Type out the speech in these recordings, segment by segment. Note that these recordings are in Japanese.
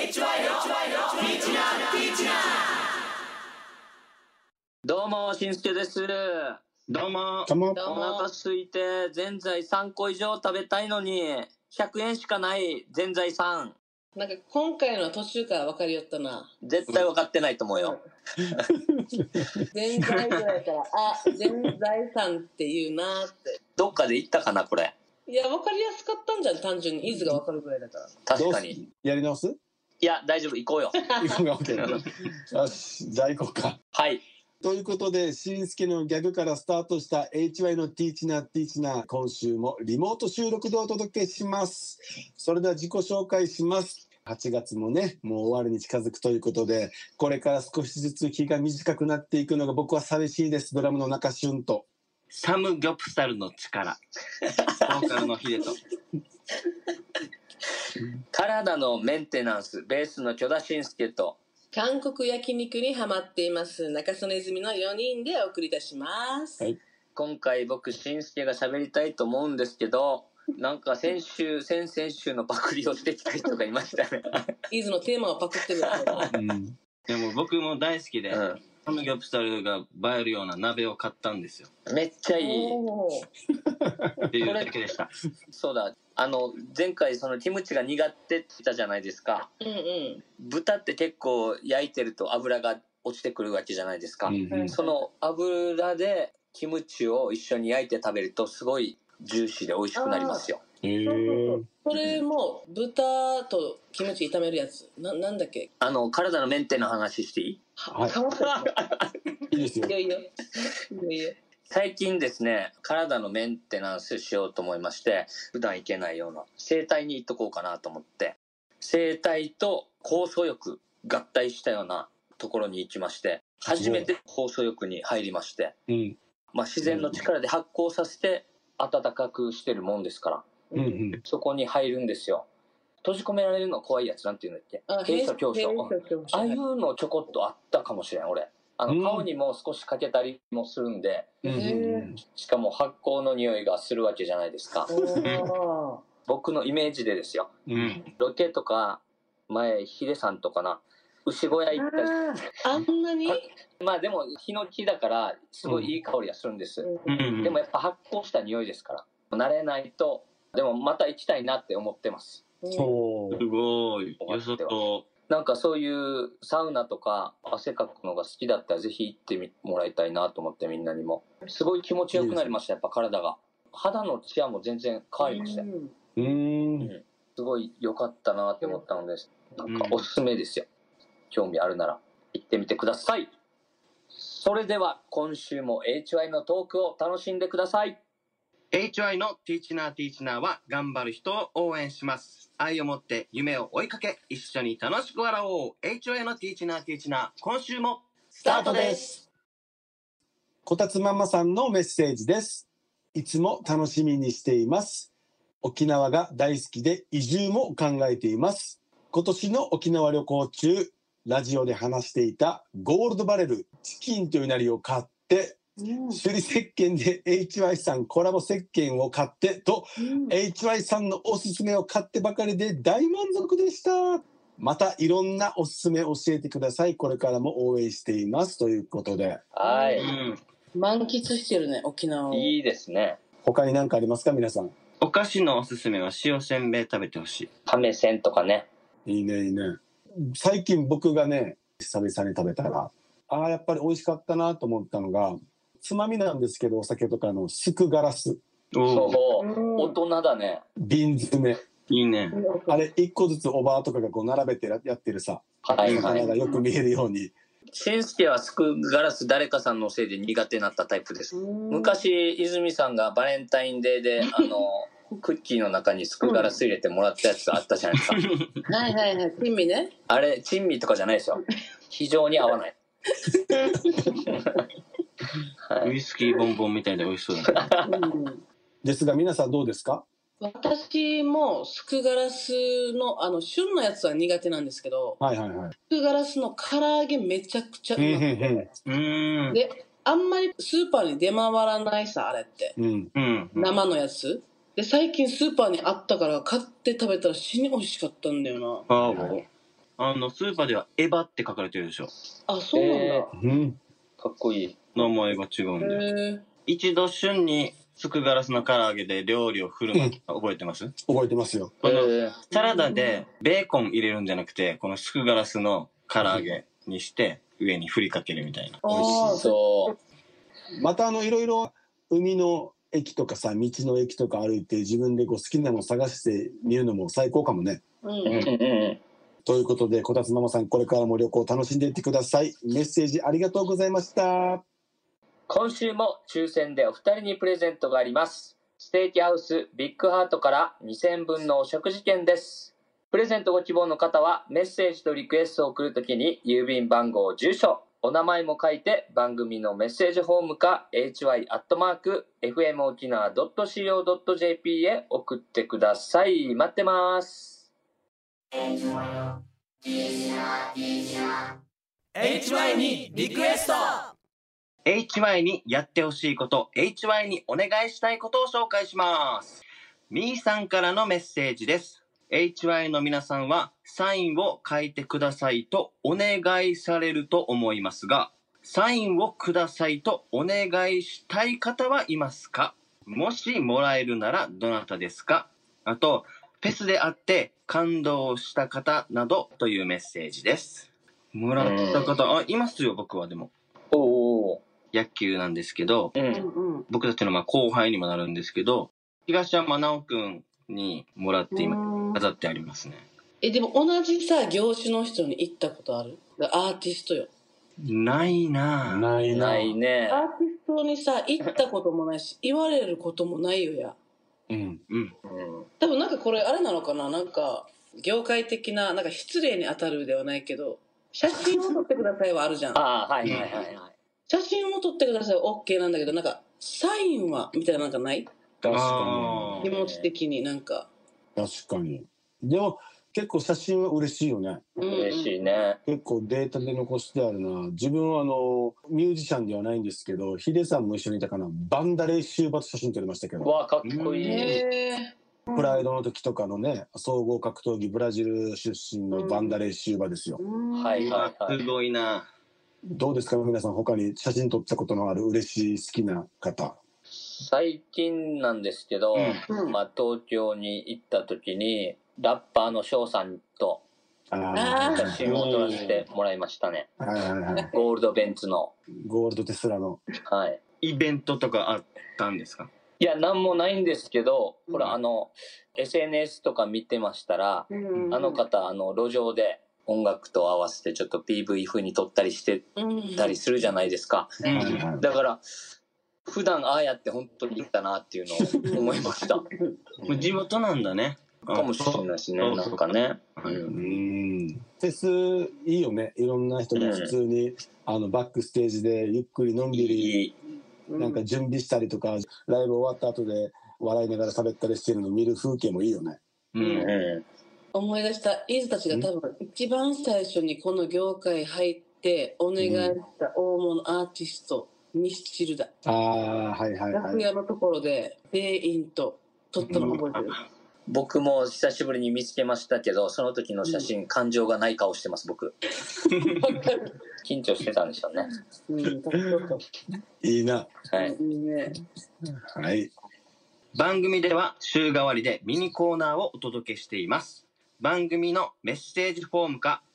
どうも、しんすけです。 どうも。 お腹空いて、ぜんざい3個以上食べたいのに、100円しかないぜんざいさん。 なんか今回の途中から分かりよったな。 絶対分かってないと思うよ。 ぜんざいぐらいから、あ、ぜんざいさんって言うなーって。 どっかで言ったかな、これ。 いや、分かりやすかったんじゃん、単純に。イズが分かるぐらいだから。 確かに。 やり直す？ いや、大丈夫、行こうよ。 行こうが OK よし、じゃあ行こうか。 はい。 ということで、しんすけのギャグからスタートした HY のティーチナー、今週もリモート収録でお届けします。それでは自己紹介します。8月もね、もう終わりに近づくということで、これから少しずつ日が短くなっていくのが僕は寂しいです。ドラムの中俊と。 サムギョプサルの力。ボーカルのヒデと。 体のメンテナンス、ベースの許田しんすけと。 韓国焼肉にハマっています中曽根泉の4人でお送りいたします、 はい、 今回僕しんすけが喋りたいと思うんですけど、なんか先々週のパクリをしてきた人がいましたね。 イズのテーマをパクってるでも僕も大好きで、サムギョプサルが映えるような鍋を買ったんですよ。 めっちゃいいっていうだけでした。 そうだ、前回そのキムチが苦手って言ったじゃないですか。豚って結構焼いてると油が落ちてくるわけじゃないですか。その油でキムチを一緒に焼いて食べるとすごいジューシーで美味しくなりますよ。 それも豚とキムチ炒めるやつなんだっけ。 体のメンテの話していい？ はい、いいですよ。 いいよ最近ですね、体のメンテナンスしようと思いまして、普段行けないような整体に行っとこうかなと思って、整体と酵素浴合体したようなところに行きまして、初めて酵素浴に入りまして、自然の力で発酵させて温かくしてるもんですから、そこに入るんですよ。閉じ込められるの怖いやつなんていうんだっけ？閉鎖恐怖症。ああいうのちょこっとあったかもしれん、俺。顔にも少しかけたりもするんで、しかも発酵の匂いがするわけじゃないですか。僕のイメージでですよ、ロケとか前ヒデさんとかな、牛小屋行ったり、 あんなにまあでもヒノキだからすごいいい香りがするんです、でもやっぱ発酵した匂いですから慣れないと。でもまた行きたいなって思ってます。 すごいよそと。 なんかそういうサウナとか汗かくのが好きだったらぜひ行ってもらいたいなと思って、みんなにもすごい気持ちよくなりました。やっぱ体が、肌のツヤも全然変わりました。すごい良かったなって思ったので、なんかおすすめですよ。興味あるなら行ってみてください。それでは今週も HY のトークを楽しんでください。 HY のティーチナーは頑張る人を応援します。愛を持って夢を追いかけ、一緒に楽しく笑おう。HY のティーチナー、今週もスタートです。 こたつママさんのメッセージです。いつも楽しみにしています。沖縄が大好きで移住も考えています。今年の沖縄旅行中、ラジオで話していたゴールドバレルチキンという稲荷を買って、首里石鹸で HY さんコラボ石鹸を買ってと、HY さんのおすすめを買ってばかりで大満足でした。またいろんなおすすめ教えてください。これからも応援していますということで、 はい、 満喫してるね沖縄を。 いいですね。 他に何かありますか皆さん？ お菓子のおすすめは塩せんべい食べてほしい。 亀せんとかね。 いいねいいね。最近僕がね久々に食べたらやっぱり美味しかったなと思ったのが、つまみなんですけど、お酒とかのスクガラス。 そう大人だね。 瓶詰めいいね。 あれ一個ずつおばあとかがこう並べてやってるさ、魚がよく見えるように。 しんすけはスクガラス誰かさんのせいで苦手になったタイプです。昔泉さんがバレンタインデーでクッキーの中にスクガラス入れてもらったやつあったじゃないですか。 はいはいはい、珍味ね。 あれ珍味とかじゃないですよ。非常に合わない。 ウイスキーボンボンみたいで美味しそうだね。 ですが皆さんどうですか？ 私もスクガラスの旬のやつは苦手なんですけど、スクガラスの唐揚げめちゃくちゃうまくて、であんまりスーパーに出回らないさ、あれって、生のやつで、最近スーパーにあったから買って食べたら死に美味しかったんだよな。 スーパーではエヴァって書かれてるでしょ。 あ、そうなんだ。 うん。 かっこいい。 名前が違うんで。一度旬につくガラスの唐揚げで料理を振る舞った覚えてます？ 覚えてますよ。 このサラダでベーコン入れるんじゃなくて、このすくガラスの唐揚げにして上に振りかけるみたいな。 美味しそう。 またいろいろ海の駅とかさ、道の駅とか歩いて自分で好きなのを探してみるのも最高かもね。ということで、こたつママさん、これからも旅行楽しんでいってください。メッセージありがとうございました。 今週も抽選でお二人にプレゼントがあります。ステーキハウスビッグハートから2000分のお食事券です。プレゼントご希望の方はメッセージとリクエストを送るときに郵便番号、住所、お名前も書いて番組のメッセージフォームか hy@fmokinawa.co.jp へ送ってください。待ってます。 HY にリクエスト。 HY にやってほしいこと、HY にお願いしたいことを紹介します。みーさんからのメッセージです。HY の皆さんはサインを書いてくださいとお願いされると思いますが、サインをくださいとお願いしたい方はいますか？もしもらえるならどなたですか？あと、フェスで会って感動した方などというメッセージです。もらった方、いますよ、僕はでも。野球なんですけど、僕たちの後輩にもなるんですけど、東山直くんにもらって今飾ってありますね。 でも同じさ業種の人に行ったことある？アーティストよ。 ないな。 ないね。 アーティストにさ行ったこともないし言われることもないよや。多分なんかこれあれなのかな、なんか業界的ななんか失礼に当たるではないけど、写真を撮ってくださいはあるじゃん。写真を撮ってくださいは OK なんだけど、なんかサインはみたいななんかない？ 確かに気持ち的になんか。 確かに。でも結構写真は嬉しいよね。 嬉しいね。 結構データで残してあるな。自分はミュージシャンではないんですけど、ヒデさんも一緒にいたかな、バンダレーシューバと写真撮りましたけど。 わあ、かっこいい。 プライドの時とかのね、総合格闘技ブラジル出身のバンダレーシューバですよ。 すごいな。 どうですか皆さん、他に写真撮ったことのある嬉しい好きな方。 最近なんですけど、東京に行った時にラッパーの翔さんと写真を撮らせてもらいましたね。ゴールドベンツのゴールドテスラのイベントとかあったんですか？ いや、なんもないんですけど、ほらSNS とか見てましたら、あの方路上で音楽と合わせてちょっと PV 風に撮ったりしてたりするじゃないですか。だから普段ああやって本当に行ったなっていうのを思いました。 地元なんだね。 かもしれないですね。なんかね。 フェスいいよね。いろんな人が普通にバックステージでゆっくりのんびりなんか準備したりとか、ライブ終わった後で笑いながら喋ったりしてるのを見る風景もいいよね。 思い出した。イズたちが多分一番最初にこの業界入ってお願いした大物アーティスト、ミスチルだ。楽屋のところで全員と撮ったの覚えてる。 僕も久しぶりに見つけましたけど、その時の写真、感情がない顔してます僕。緊張してたんでしょうね。 いいな。 はい。番組では週替わりでミニコーナーをお届けしています。番組のメッセージフォームか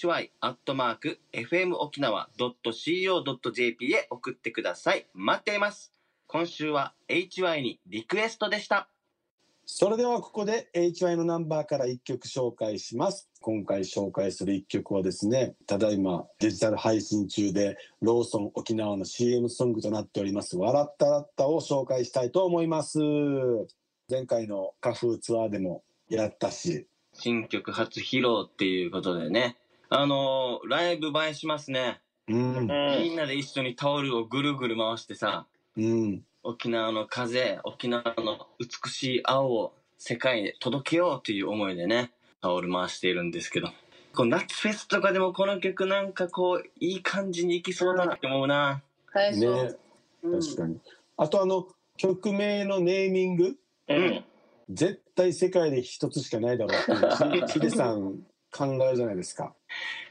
hy@fmokinawa.co.jp へ送ってください。待っています。今週は HY にリクエストでした。 それではここで HY のナンバーから1曲紹介します。今回紹介する1曲はですね、ただいまデジタル配信中でローソン沖縄の CM ソングとなっております笑ったらったを紹介したいと思います。前回の花風ツアーでもやったし、 新曲初披露っていうことでね、ライブ映えしますね。みんなで一緒にタオルをぐるぐる回してさ、沖縄の風、沖縄の美しい青を世界に届けようという思いでね、タオル回しているんですけど、この夏フェスとかでもこの曲なんかこういい感じにいきそうだなって思うな。 ね、確かに。あと曲名のネーミング、絶対世界で一つしかないだろうっていうヒデさん考えるじゃないですか。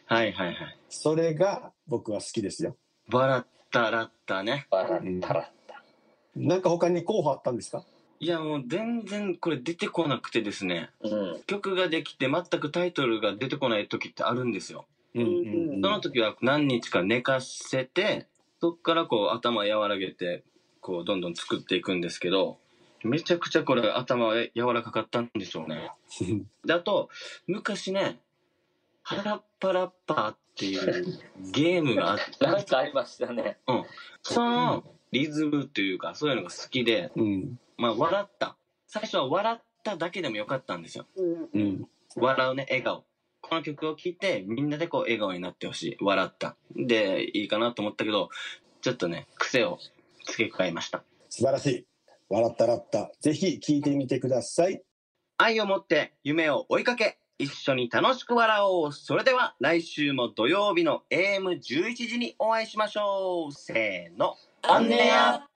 はいはいはい。 それが僕は好きですよ。 笑ったらったね。 笑ったらった。 なんか他に候補あったんですか？ いやもう全然これ出てこなくてですね、曲ができて全くタイトルが出てこない時ってあるんですよ。その時は何日か寝かせて、そっからこう頭和らげてこうどんどん作っていくんですけど、めちゃくちゃこれ頭柔らかかったんでしょうね。であと昔ね、ハラッパラッパーっていうゲームがあって、 なんかありましたね。 そのリズムというかそういうのが好きで、まあ笑った。最初は笑っただけでもよかったんですよ。笑うね、笑顔。この曲を聴いてみんなでこう笑顔になってほしい。笑った。でいいかなと思ったけど、ちょっとね、癖を付け加えました。 素晴らしい。笑ったらった。ぜひ聴いてみてください。 愛を持って夢を追いかけ、一緒に楽しく笑おう。それでは来週も土曜日の AM11 時にお会いしましょう。せーの。 アンネア。